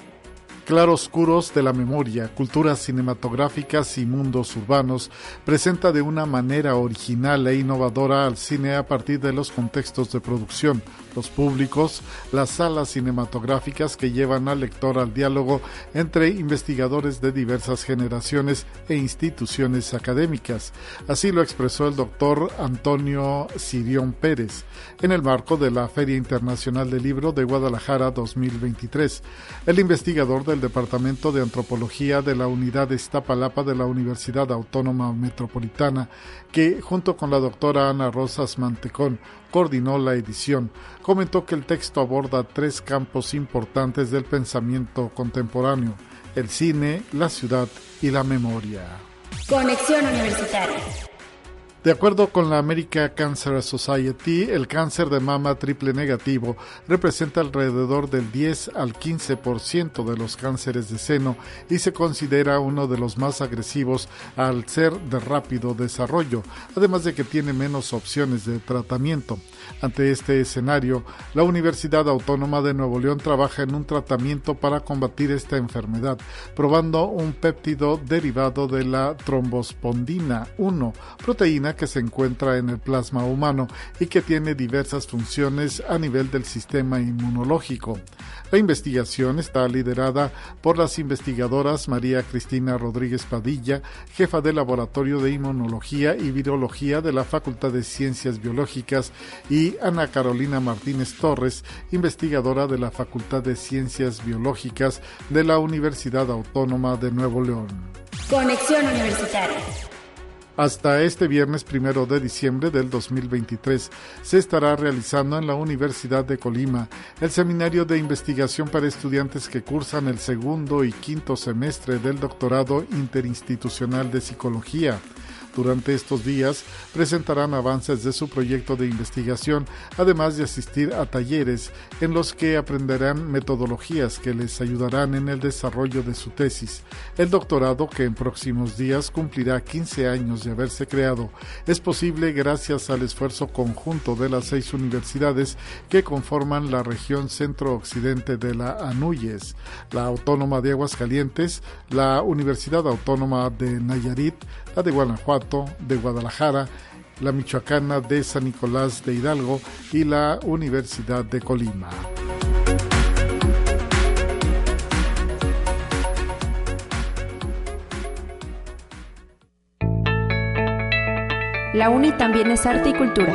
Claroscuros de la memoria, culturas cinematográficas y mundos urbanos, presenta de una manera original e innovadora al cine a partir de los contextos de producción, los públicos, las salas cinematográficas que llevan al lector al diálogo entre investigadores de diversas generaciones e instituciones académicas. Así lo expresó el doctor Antonio Sirión Pérez en el marco de la Feria Internacional del Libro de Guadalajara dos mil veintitrés. El investigador del Departamento de Antropología de la Unidad de Iztapalapa de la Universidad Autónoma Metropolitana, que junto con la doctora Ana Rosas Mantecón coordinó la edición, comentó que el texto aborda tres campos importantes del pensamiento contemporáneo: el cine, la ciudad y la memoria. Conexión Universitaria. De acuerdo con la American Cancer Society, el cáncer de mama triple negativo representa alrededor del diez al quince por ciento de los cánceres de seno y se considera uno de los más agresivos al ser de rápido desarrollo, además de que tiene menos opciones de tratamiento. Ante este escenario, la Universidad Autónoma de Nuevo León trabaja en un tratamiento para combatir esta enfermedad, probando un péptido derivado de la trombospondina uno, proteína que se encuentra en el plasma humano y que tiene diversas funciones a nivel del sistema inmunológico. La investigación está liderada por las investigadoras María Cristina Rodríguez Padilla, jefa del Laboratorio de Inmunología y Virología de la Facultad de Ciencias Biológicas, y Ana Carolina Martínez Torres, investigadora de la Facultad de Ciencias Biológicas de la Universidad Autónoma de Nuevo León. Conexión Universitaria. Hasta este viernes primero de diciembre del dos mil veintitrés se estará realizando en la Universidad de Colima el seminario de investigación para estudiantes que cursan el segundo y quinto semestre del doctorado interinstitucional de psicología. Durante estos días presentarán avances de su proyecto de investigación, además de asistir a talleres en los que aprenderán metodologías que les ayudarán en el desarrollo de su tesis. El doctorado, que en próximos días cumplirá quince años de haberse creado, es posible gracias al esfuerzo conjunto de las seis universidades que conforman la región centro-occidente de la ANUYES, la Autónoma de Aguascalientes, la Universidad Autónoma de Nayarit, la de Guanajuato, de Guadalajara, la Michoacana de San Nicolás de Hidalgo y la Universidad de Colima. La UNI también es arte y cultura.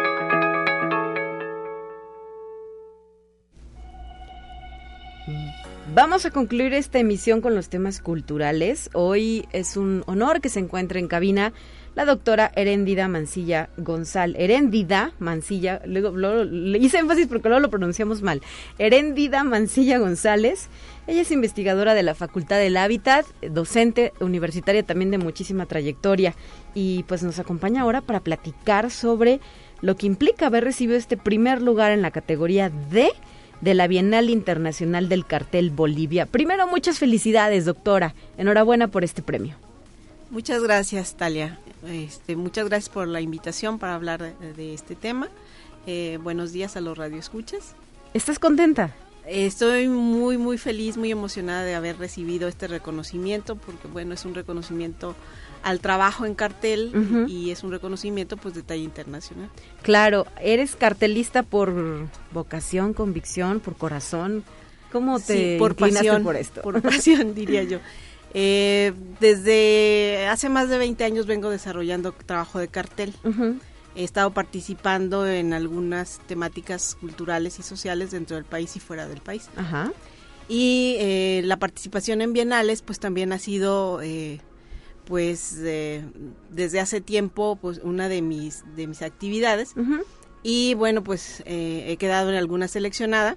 Vamos a concluir esta emisión con los temas culturales. Hoy es un honor que se encuentre en cabina la doctora Heréndida Mancilla González. Heréndida Mancilla, luego, luego, le hice énfasis porque luego lo pronunciamos mal. Heréndida Mancilla González. Ella es investigadora de la Facultad del Hábitat, docente universitaria también de muchísima trayectoria, y pues nos acompaña ahora para platicar sobre lo que implica haber recibido este primer lugar en la categoría D de la Bienal Internacional del Cartel Bolivia. Primero, muchas felicidades, doctora. Enhorabuena por este premio. Muchas gracias, Talia. Este, muchas gracias por la invitación para hablar de, de este tema. Eh, buenos días a los radioescuchas. ¿Estás contenta? Estoy muy, muy feliz, muy emocionada de haber recibido este reconocimiento, porque bueno, es un reconocimiento al trabajo en cartel, uh-huh. y es un reconocimiento pues de talla internacional. Claro, ¿eres cartelista por vocación, convicción, por corazón? ¿Cómo te sí, por inclinaste pasión, por esto? Por pasión, diría yo. Eh, desde hace más de veinte años vengo desarrollando trabajo de cartel. Uh-huh. He estado participando en algunas temáticas culturales y sociales dentro del país y fuera del país. Ajá. Y eh, la participación en bienales pues también ha sido eh, pues eh, desde hace tiempo pues una de mis de mis actividades. Uh-huh. Y bueno, pues eh, he quedado en alguna seleccionada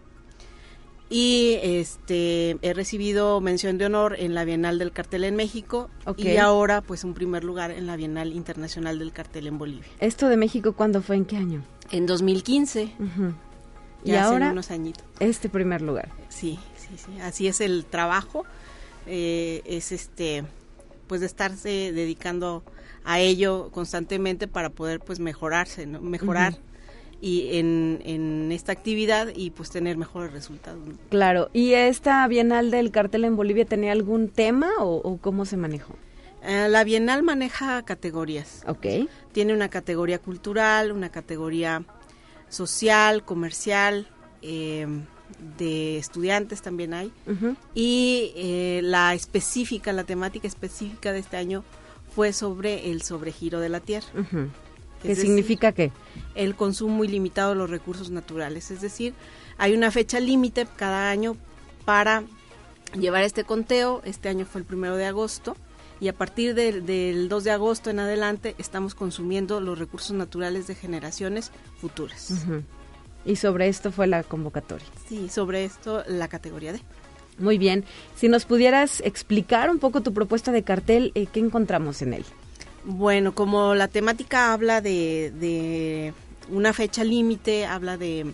y este he recibido mención de honor en la Bienal del Cartel en México. Okay. Y ahora pues un primer lugar en la Bienal Internacional del Cartel en Bolivia. ¿Esto de México cuándo fue? ¿En qué año? En dos mil quince. Uh-huh. Y ya ahora unos añitos. Este primer lugar. Sí, sí, sí. Así es el trabajo. Eh, es este pues de estarse dedicando a ello constantemente para poder pues mejorarse, ¿no? Mejorar. Uh-huh. Y en, en esta actividad y pues tener mejores resultados, ¿no? Claro. ¿Y esta Bienal del Cartel en Bolivia tenía algún tema o, o cómo se manejó? Uh, la Bienal maneja categorías. Okay. Tiene una categoría cultural, una categoría social, comercial, eh, de estudiantes también hay. Uh-huh. Y eh, la específica, la temática específica de este año fue sobre el sobregiro de la Tierra. Uh-huh. ¿Qué es significa decir, qué? El consumo ilimitado de los recursos naturales. Es decir, hay una fecha límite cada año para llevar este conteo. Este año fue el primero de agosto y a partir de, del dos de agosto en adelante estamos consumiendo los recursos naturales de generaciones futuras. Uh-huh. Y sobre esto fue la convocatoria. Sí, sobre esto la categoría D. Muy bien. Si nos pudieras explicar un poco tu propuesta de cartel, eh, ¿qué encontramos en él? Bueno, como la temática habla de, de una fecha límite, habla de,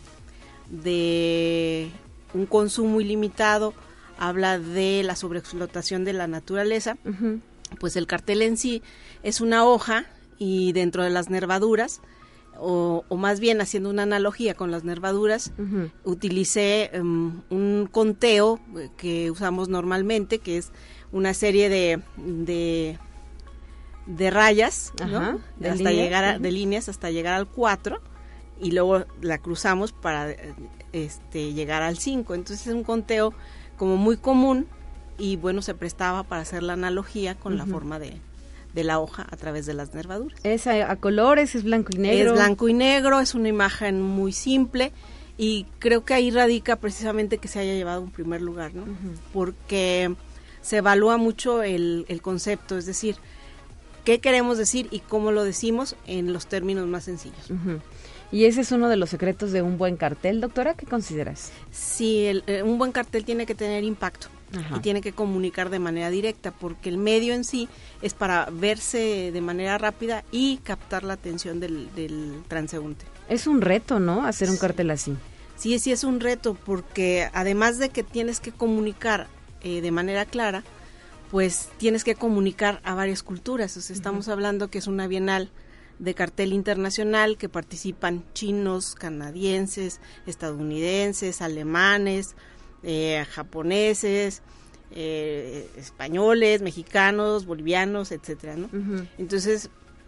de un consumo ilimitado, habla de la sobreexplotación de la naturaleza, uh-huh. pues el cartel en sí es una hoja y dentro de las nervaduras, o, o más bien haciendo una analogía con las nervaduras, uh-huh. utilicé um, un conteo que usamos normalmente, que es una serie de... de de rayas, Ajá, ¿no? de hasta líneas, llegar a, uh-huh. de líneas hasta llegar al cuatro y luego la cruzamos para este llegar al cinco. Entonces es un conteo como muy común y bueno, se prestaba para hacer la analogía con uh-huh. la forma de, de la hoja a través de las nervaduras. ¿Es a, a colores, es blanco y negro? Es blanco y negro, es una imagen muy simple y creo que ahí radica precisamente que se haya llevado un primer lugar, ¿no? Uh-huh. Porque se evalúa mucho el, el concepto, es decir, qué queremos decir y cómo lo decimos en los términos más sencillos. Uh-huh. ¿Y ese es uno de los secretos de un buen cartel, doctora? ¿Qué consideras? Sí, el, eh, un buen cartel tiene que tener impacto. Ajá. Y tiene que comunicar de manera directa, porque el medio en sí es para verse de manera rápida y captar la atención del, del transeúnte. Es un reto, ¿no? Hacer un cartel así. Sí, sí es un reto, porque además de que tienes que comunicar eh, de manera clara, pues tienes que comunicar a varias culturas. O sea, estamos uh-huh. hablando que es una bienal de cartel internacional, que participan chinos, canadienses, estadounidenses, alemanes, eh, japoneses, eh, españoles, mexicanos, bolivianos, etcétera, ¿no? Uh-huh. Entonces,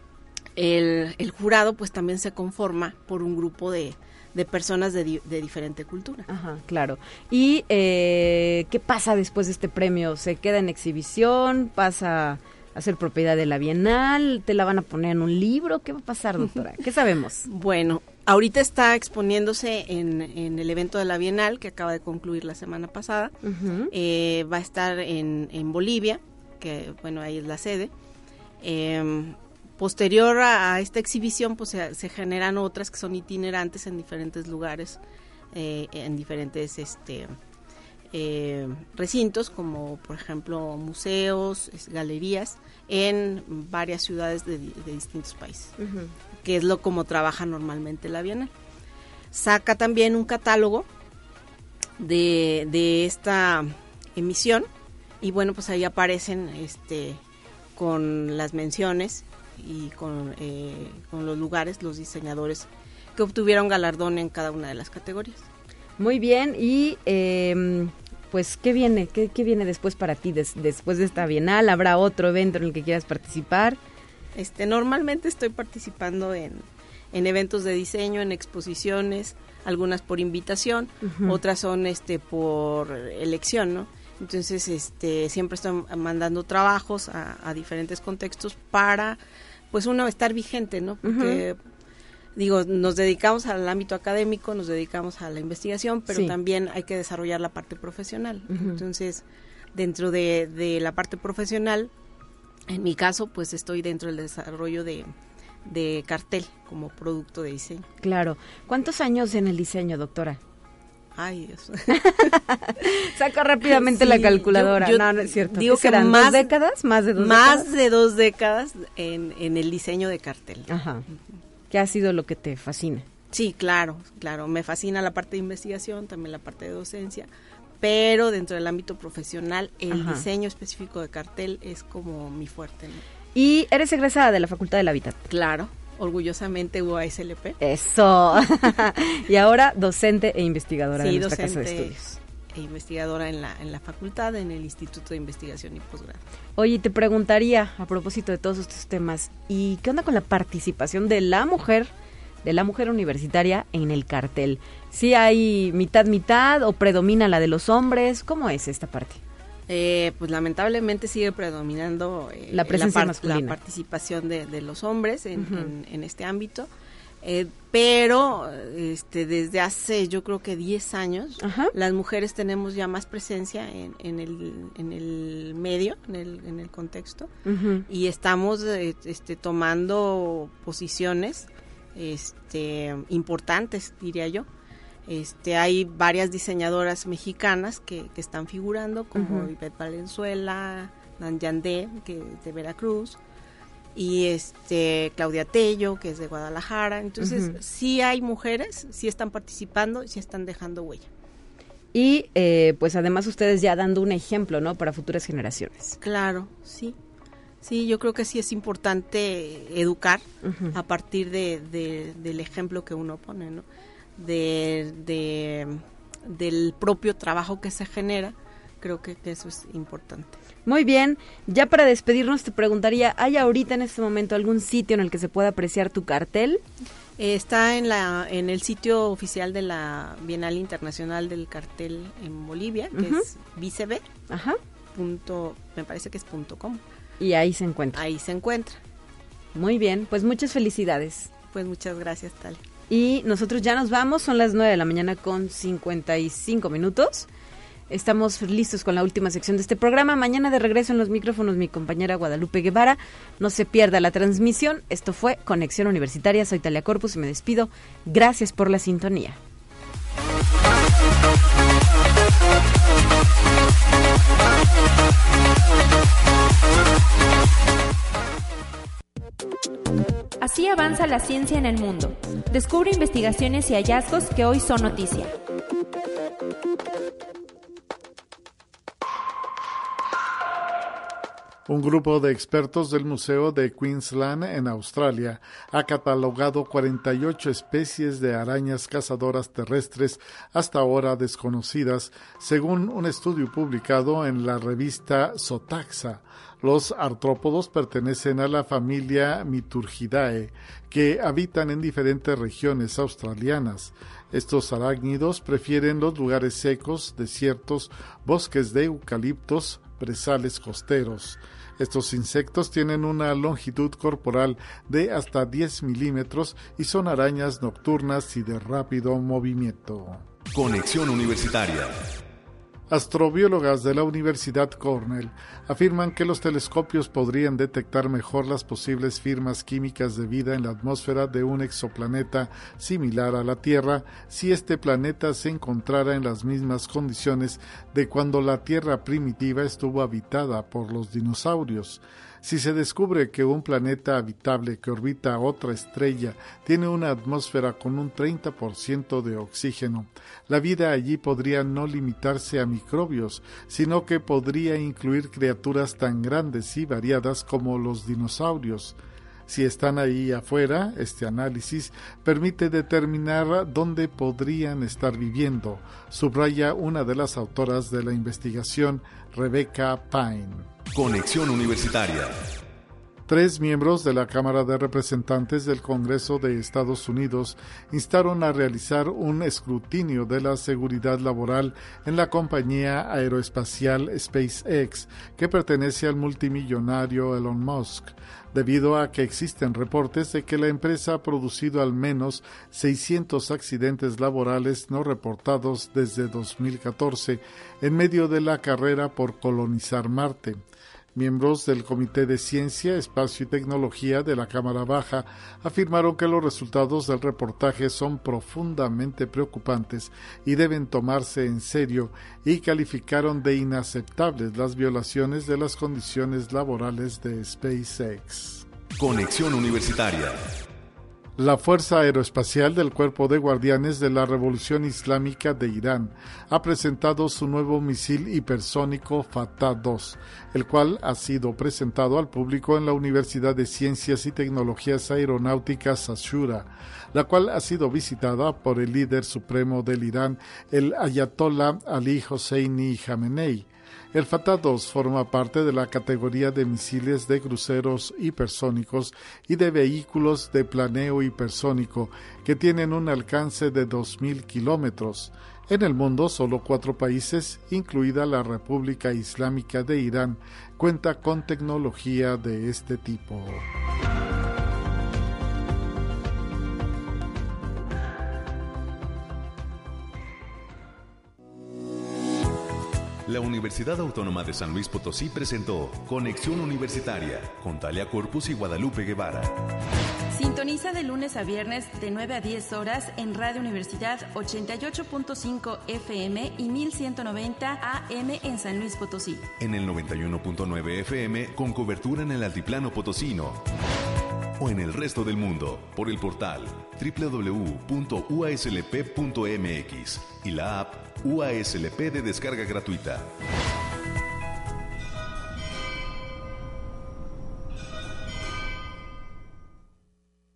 el, el jurado pues también se conforma por un grupo de, de personas de, di, de diferente cultura. Ajá, claro. ¿Y eh, qué pasa después de este premio? ¿Se queda en exhibición? ¿Pasa a ser propiedad de la Bienal? ¿Te la van a poner en un libro? ¿Qué va a pasar, doctora? ¿Qué sabemos? Bueno, ahorita está exponiéndose en, en el evento de la Bienal, que acaba de concluir la semana pasada. Uh-huh. Eh, va a estar en, en Bolivia, que bueno, ahí es la sede. Eh, posterior a, a esta exhibición, pues se, se generan otras que son itinerantes en diferentes lugares, eh, en diferentes este eh, recintos, como por ejemplo museos, galerías, en varias ciudades de, de distintos países, uh-huh. que es lo como trabaja normalmente la Bienal. Saca también un catálogo de, de esta emisión, y bueno, pues ahí aparecen este con las menciones y con, eh, con los lugares, los diseñadores que obtuvieron galardón en cada una de las categorías. Muy bien, y eh, pues, ¿qué viene? ¿Qué, qué viene después para ti? Des, después de esta Bienal, ¿habrá otro evento en el que quieras participar? Este, normalmente estoy participando en, en eventos de diseño, en exposiciones, algunas por invitación, uh-huh. otras son este por elección, ¿no? Entonces, este, siempre estoy mandando trabajos a, a diferentes contextos para, pues, uno, estar vigente, ¿no? Porque, uh-huh. digo, nos dedicamos al ámbito académico, nos dedicamos a la investigación, pero sí. también hay que desarrollar la parte profesional. Uh-huh. Entonces, dentro de, de la parte profesional, en mi caso, pues, estoy dentro del desarrollo de, de cartel como producto de diseño. Claro. ¿Cuántos años en el diseño, doctora? Ay, Dios. Saca rápidamente sí, la calculadora. Yo, yo no, no es cierto. Digo que serán, más ¿dos décadas? ¿Más de dos más décadas? de dos décadas en, en el diseño de cartel. Ajá. ¿Qué ha sido lo que te fascina? Sí, claro, claro. Me fascina la parte de investigación, también la parte de docencia, pero dentro del ámbito profesional, el Ajá. diseño específico de cartel es como mi fuerte, ¿no? ¿Y eres egresada de la Facultad del Hábitat? Claro. Orgullosamente U A S L P. Eso. Y ahora docente e investigadora sí, de nuestra docente casa de estudios. E investigadora en la en la facultad, en el Instituto de Investigación y Posgrado. Oye, te preguntaría a propósito de todos estos temas, ¿y qué onda con la participación de la mujer, de la mujer universitaria en el cartel? ¿Sí hay mitad mitad o predomina la de los hombres? ¿Cómo es esta parte? Eh, pues lamentablemente sigue predominando eh, la presencia la, masculina, la participación de, de los hombres en, uh-huh. en, en este ámbito, eh, pero este desde hace yo creo que diez años uh-huh. las mujeres tenemos ya más presencia en, en el en el medio, en el en el contexto, uh-huh. y estamos eh, este tomando posiciones este importantes, diría yo. Este, hay varias diseñadoras mexicanas que, que están figurando, como uh-huh. Ivette Valenzuela, Nan Yandé, que es de Veracruz, y este Claudia Tello, que es de Guadalajara. Entonces, uh-huh. sí hay mujeres, sí están participando y sí están dejando huella. Y eh, pues además ustedes ya dando un ejemplo, ¿no?, para futuras generaciones. Claro, sí. Sí, yo creo que sí es importante educar uh-huh. a partir de, de, del ejemplo que uno pone, ¿no? De, de del propio trabajo que se genera. Creo que, que eso es importante. Muy bien, ya para despedirnos te preguntaría, ¿hay ahorita en este momento algún sitio en el que se pueda apreciar tu cartel? Eh, está en la en el sitio oficial de la Bienal Internacional del Cartel en Bolivia, que uh-huh. es biceb. Ajá. Punto, me parece que es punto com. Y ahí se encuentra. Ahí se encuentra. Muy bien, pues muchas felicidades. Pues muchas gracias, Tal. Y nosotros ya nos vamos, son las nueve de la mañana con cincuenta y cinco minutos. Estamos listos con la última sección de este programa. Mañana de regreso en los micrófonos mi compañera Guadalupe Guevara. No se pierda la transmisión. Esto fue Conexión Universitaria. Soy Talia Corpus y me despido. Gracias por la sintonía. Así avanza la ciencia en el mundo. Descubre investigaciones y hallazgos que hoy son noticia. Un grupo de expertos del Museo de Queensland en Australia ha catalogado cuarenta y ocho especies de arañas cazadoras terrestres hasta ahora desconocidas, según un estudio publicado en la revista Zootaxa. Los artrópodos pertenecen a la familia Miturgidae, que habitan en diferentes regiones australianas. Estos arácnidos prefieren los lugares secos, desiertos, bosques de eucaliptos, brezales costeros. Estos insectos tienen una longitud corporal de hasta diez milímetros y son arañas nocturnas y de rápido movimiento. Conexión Universitaria. Astrobiólogas de la Universidad Cornell afirman que los telescopios podrían detectar mejor las posibles firmas químicas de vida en la atmósfera de un exoplaneta similar a la Tierra si este planeta se encontrara en las mismas condiciones de cuando la Tierra primitiva estuvo habitada por los dinosaurios. Si se descubre que un planeta habitable que orbita otra estrella tiene una atmósfera con un treinta por ciento de oxígeno, la vida allí podría no limitarse a microbios, sino que podría incluir criaturas tan grandes y variadas como los dinosaurios. Si están ahí afuera, este análisis permite determinar dónde podrían estar viviendo, subraya una de las autoras de la investigación, Rebecca Pine. Conexión Universitaria. Tres miembros de la Cámara de Representantes del Congreso de Estados Unidos instaron a realizar un escrutinio de la seguridad laboral en la compañía aeroespacial SpaceX, que pertenece al multimillonario Elon Musk, debido a que existen reportes de que la empresa ha producido al menos seiscientos accidentes laborales no reportados desde dos mil catorce, en medio de la carrera por colonizar Marte. Miembros del Comité de Ciencia, Espacio y Tecnología de la Cámara Baja afirmaron que los resultados del reportaje son profundamente preocupantes y deben tomarse en serio, y calificaron de inaceptables las violaciones de las condiciones laborales de SpaceX. Conexión Universitaria. La Fuerza Aeroespacial del Cuerpo de Guardianes de la Revolución Islámica de Irán ha presentado su nuevo misil hipersónico Fatah dos, el cual ha sido presentado al público en la Universidad de Ciencias y Tecnologías Aeronáuticas Ashura, la cual ha sido visitada por el líder supremo del Irán, el Ayatollah Ali Hosseini Jamenei. El Fatah dos forma parte de la categoría de misiles de cruceros hipersónicos y de vehículos de planeo hipersónico que tienen un alcance de dos mil kilómetros. En el mundo, solo cuatro países, incluida la República Islámica de Irán, cuenta con tecnología de este tipo. La Universidad Autónoma de San Luis Potosí presentó Conexión Universitaria con Talia Corpus y Guadalupe Guevara. Sintoniza de lunes a viernes de nueve a diez horas en Radio Universidad ochenta y ocho punto cinco F M y mil ciento noventa A M en San Luis Potosí. En el noventa y uno punto nueve F M con cobertura en el altiplano potosino. O en el resto del mundo por el portal doble u doble u doble u punto u a s l p punto m x y la app U A S L P de descarga gratuita.